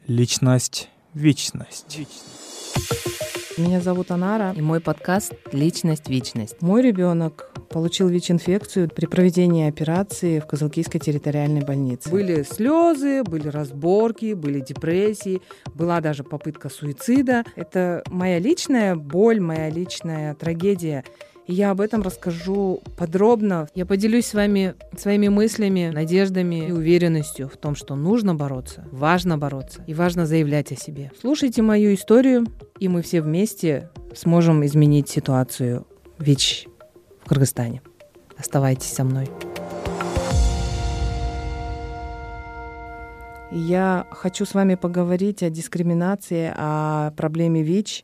Личность, вечность. Меня зовут Анара, и мой подкаст «Личность, вечность». Мой ребенок получил ВИЧ-инфекцию при проведении операции в Кызылкийской территориальной больнице. Были слезы, были разборки, были депрессии, была даже попытка суицида. Это моя личная боль, моя личная трагедия. И я об этом расскажу подробно. Я поделюсь с вами своими мыслями, надеждами и уверенностью в том, что нужно бороться, важно бороться и важно заявлять о себе. Слушайте мою историю, и мы все вместе сможем изменить ситуацию ВИЧ в Кыргызстане. Оставайтесь со мной. Я хочу с вами поговорить о дискриминации, о проблеме ВИЧ.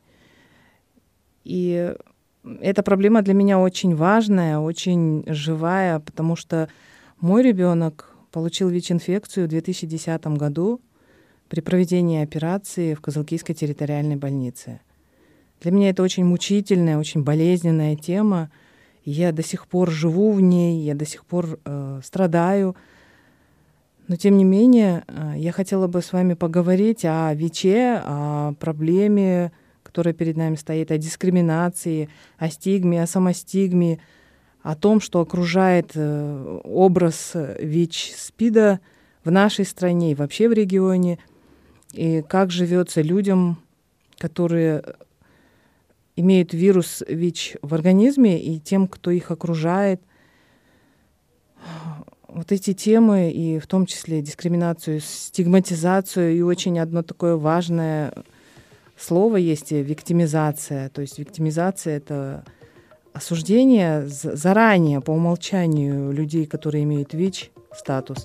И эта проблема для меня очень важная, очень живая, потому что мой ребенок получил ВИЧ-инфекцию в 2010 году при проведении операции в Кызылкийской территориальной больнице. Для меня это очень мучительная, очень болезненная тема. Я до сих пор живу в ней, я до сих пор страдаю. Но тем не менее, я хотела бы с вами поговорить о ВИЧе, о проблеме, которая перед нами стоит, о дискриминации, о стигме, о самостигме, о том, что окружает образ ВИЧ-СПИДа в нашей стране и вообще в регионе, и как живется людям, которые имеют вирус ВИЧ в организме, и тем, кто их окружает. Вот эти темы, и в том числе дискриминацию, стигматизацию, и очень одно такое важное слово есть — виктимизация. То есть виктимизация — это осуждение заранее, по умолчанию, людей, которые имеют ВИЧ-статус.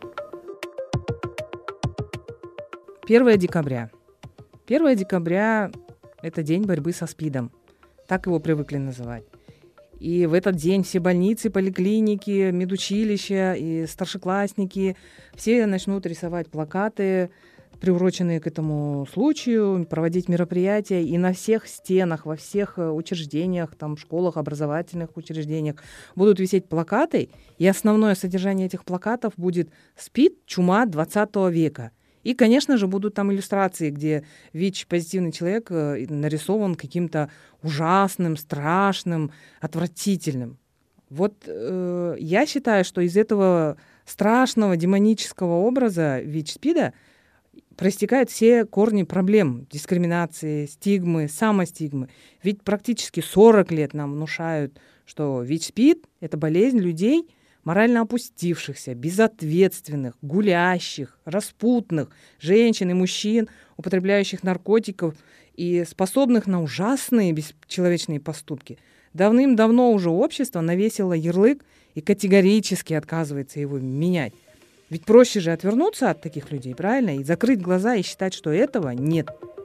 1 декабря. 1 декабря — это день борьбы со СПИДом. Так его привыкли называть. И в этот день все больницы, поликлиники, медучилища и старшеклассники все начнут рисовать плакаты, приуроченные к этому случаю, проводить мероприятия, и на всех стенах, во всех учреждениях, там, школах, образовательных учреждениях будут висеть плакаты, и основное содержание этих плакатов будет СПИД, чума 20 века. И, конечно же, будут там иллюстрации, где ВИЧ-позитивный человек нарисован каким-то ужасным, страшным, отвратительным. Вот я считаю, что из этого страшного демонического образа ВИЧ-СПИДа проистекают все корни проблем дискриминации, стигмы, самостигмы. Ведь практически 40 лет нам внушают, что ВИЧ-СПИД — это болезнь людей, морально опустившихся, безответственных, гулящих, распутных, женщин и мужчин, употребляющих наркотиков и способных на ужасные бесчеловечные поступки. Давным-давно уже общество навесило ярлык и категорически отказывается его менять. Ведь проще же отвернуться от таких людей, правильно? И закрыть глаза и считать, что этого нет.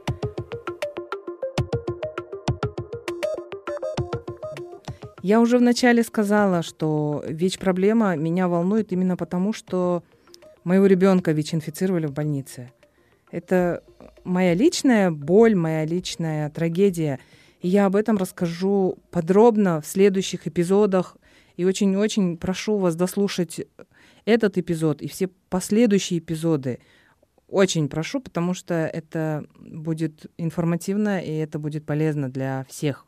Я уже вначале сказала, что ВИЧ-проблема меня волнует именно потому, что моего ребенка ВИЧ-инфицировали в больнице. Это моя личная боль, моя личная трагедия. И я об этом расскажу подробно в следующих эпизодах. И очень-очень прошу вас дослушать этот эпизод и все последующие эпизоды. Очень прошу, потому что это будет информативно и это будет полезно для всех.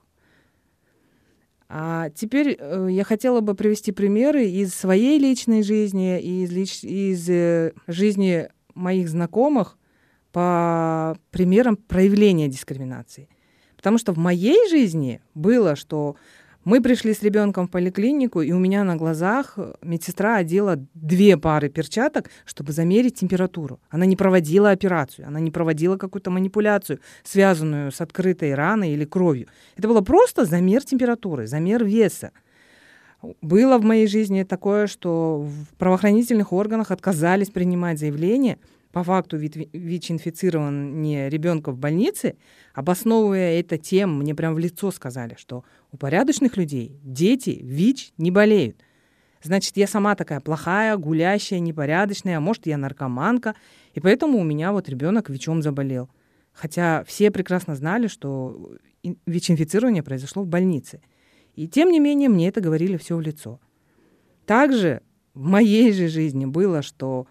А теперь я хотела бы привести примеры из своей личной жизни и из жизни моих знакомых по примерам проявления дискриминации. Потому что в моей жизни было, что мы пришли с ребенком в поликлинику, и у меня на глазах медсестра одела 2 пары перчаток, чтобы замерить температуру. Она не проводила операцию, она не проводила какую-то манипуляцию, связанную с открытой раной или кровью. Это было просто замер температуры, замер веса. Было в моей жизни такое, что в правоохранительных органах отказались принимать заявление по факту ВИЧ-инфицирования ребенка в больнице, обосновывая это тем, мне прям в лицо сказали, что у порядочных людей дети ВИЧ не болеют. Значит, я сама такая плохая, гулящая, непорядочная, а может, я наркоманка, и поэтому у меня вот ребенок ВИЧом заболел. Хотя все прекрасно знали, что ВИЧ-инфицирование произошло в больнице. И тем не менее мне это говорили все в лицо. Также в моей же жизни было, что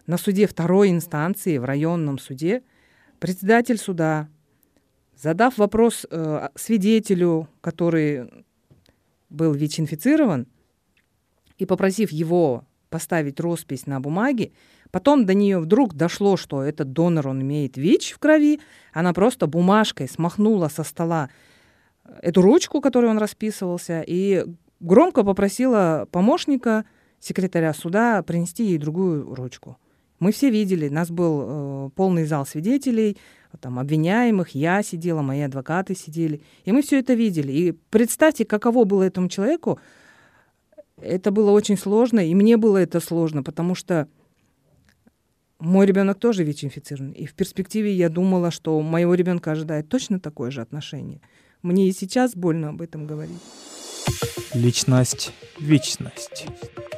на суде второй инстанции, в районном суде, председатель суда, задав вопрос свидетелю, который был ВИЧ-инфицирован, и попросив его поставить роспись на бумаге, потом до нее вдруг дошло, что этот донор, он имеет ВИЧ в крови, она просто бумажкой смахнула со стола эту ручку, которой он расписывался, и громко попросила помощника, секретаря суда, принести ей другую ручку. Мы все видели, нас был полный зал свидетелей, там, обвиняемых, я сидела, мои адвокаты сидели, и мы все это видели. И представьте, каково было этому человеку. Это было очень сложно, и мне было это сложно, потому что мой ребенок тоже ВИЧ-инфицирован. И в перспективе я думала, что моего ребенка ожидает точно такое же отношение. Мне и сейчас больно об этом говорить. Личность, вечность.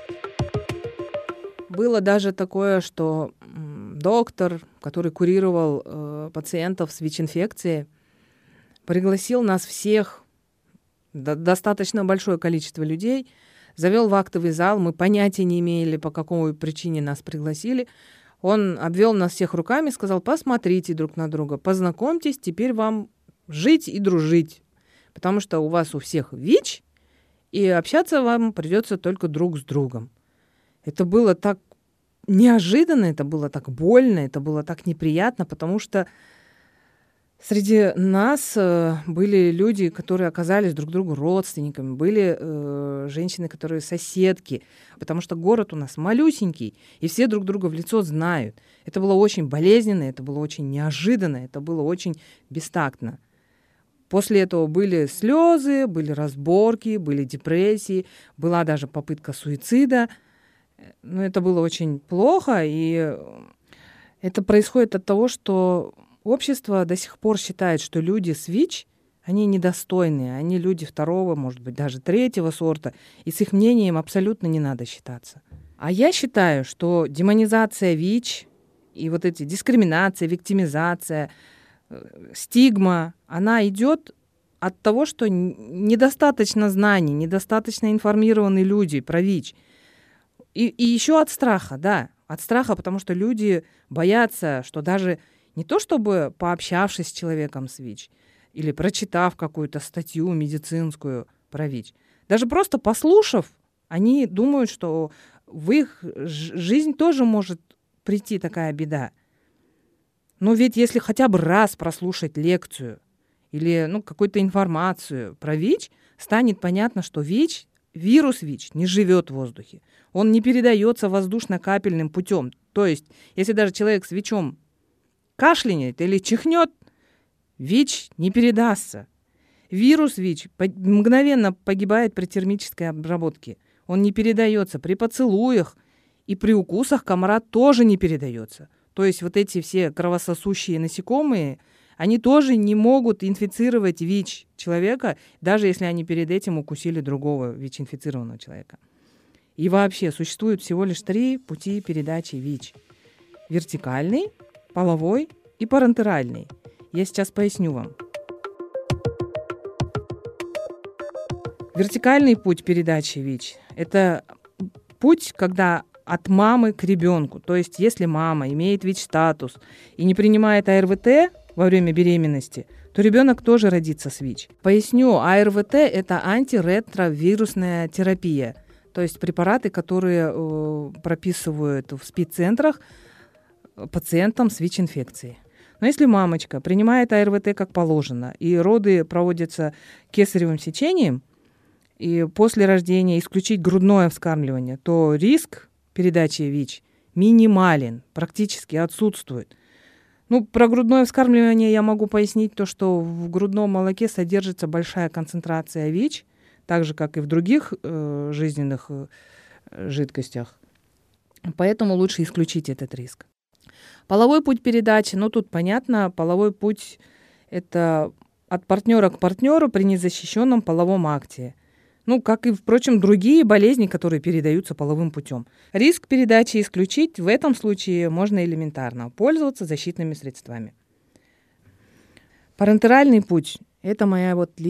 Было даже такое, что доктор, который курировал пациентов с ВИЧ-инфекцией, пригласил нас всех, достаточно большое количество людей, завел в актовый зал. Мы понятия не имели, по какой причине нас пригласили. Он обвел нас всех руками, сказал: посмотрите друг на друга, познакомьтесь, теперь вам жить и дружить, потому что у вас у всех ВИЧ, и общаться вам придется только друг с другом. Это было так неожиданно, это было так больно, это было так неприятно, потому что среди нас были люди, которые оказались друг другу родственниками, были женщины, которые соседки, потому что город у нас малюсенький, и все друг друга в лицо знают. Это было очень болезненно, это было очень неожиданно, это было очень бестактно. После этого были слезы, были разборки, были депрессии, была даже попытка суицида. Но это было очень плохо, и это происходит от того, что общество до сих пор считает, что люди с ВИЧ, они недостойные, они люди второго, может быть, даже третьего сорта, и с их мнением абсолютно не надо считаться. А я считаю, что демонизация ВИЧ и вот эти дискриминация, виктимизация, стигма, она идет от того, что недостаточно знаний, недостаточно информированы люди про ВИЧ. И еще от страха, да, от страха, потому что люди боятся, что даже не то чтобы пообщавшись с человеком с ВИЧ или прочитав какую-то статью медицинскую про ВИЧ, даже просто послушав, они думают, что в их жизнь тоже может прийти такая беда. Но ведь если хотя бы раз прослушать лекцию или какую-то информацию про ВИЧ, станет понятно, что вирус ВИЧ не живет в воздухе. Он не передается воздушно-капельным путем. То есть, если даже человек с ВИЧом кашлянет или чихнет, ВИЧ не передастся. Вирус ВИЧ мгновенно погибает при термической обработке. Он не передается при поцелуях, и при укусах комара тоже не передается. То есть вот эти все кровососущие насекомые, они тоже не могут инфицировать ВИЧ человека, даже если они перед этим укусили другого ВИЧ-инфицированного человека. И вообще существует всего лишь 3 пути передачи ВИЧ. Вертикальный, половой и парентеральный. Я сейчас поясню вам. Вертикальный путь передачи ВИЧ – это путь, когда от мамы к ребенку. То есть если мама имеет ВИЧ-статус и не принимает АРВТ во время беременности, то ребенок тоже родится с ВИЧ. Поясню, АРВТ – это антиретровирусная терапия. То есть препараты, которые прописывают в СПИД-центрах пациентам с ВИЧ-инфекцией. Но если мамочка принимает АРВТ как положено, и роды проводятся кесаревым сечением, и после рождения исключить грудное вскармливание, то риск передачи ВИЧ минимален, практически отсутствует. Про грудное вскармливание я могу пояснить то, что в грудном молоке содержится большая концентрация ВИЧ, так же, как и в других жизненных жидкостях. Поэтому лучше исключить этот риск. Половой путь передачи, тут понятно, половой путь – это от партнера к партнеру при незащищенном половом акте. Как и, впрочем, другие болезни, которые передаются половым путем. Риск передачи исключить в этом случае можно элементарно – пользоваться защитными средствами. Парентеральный путь – это моя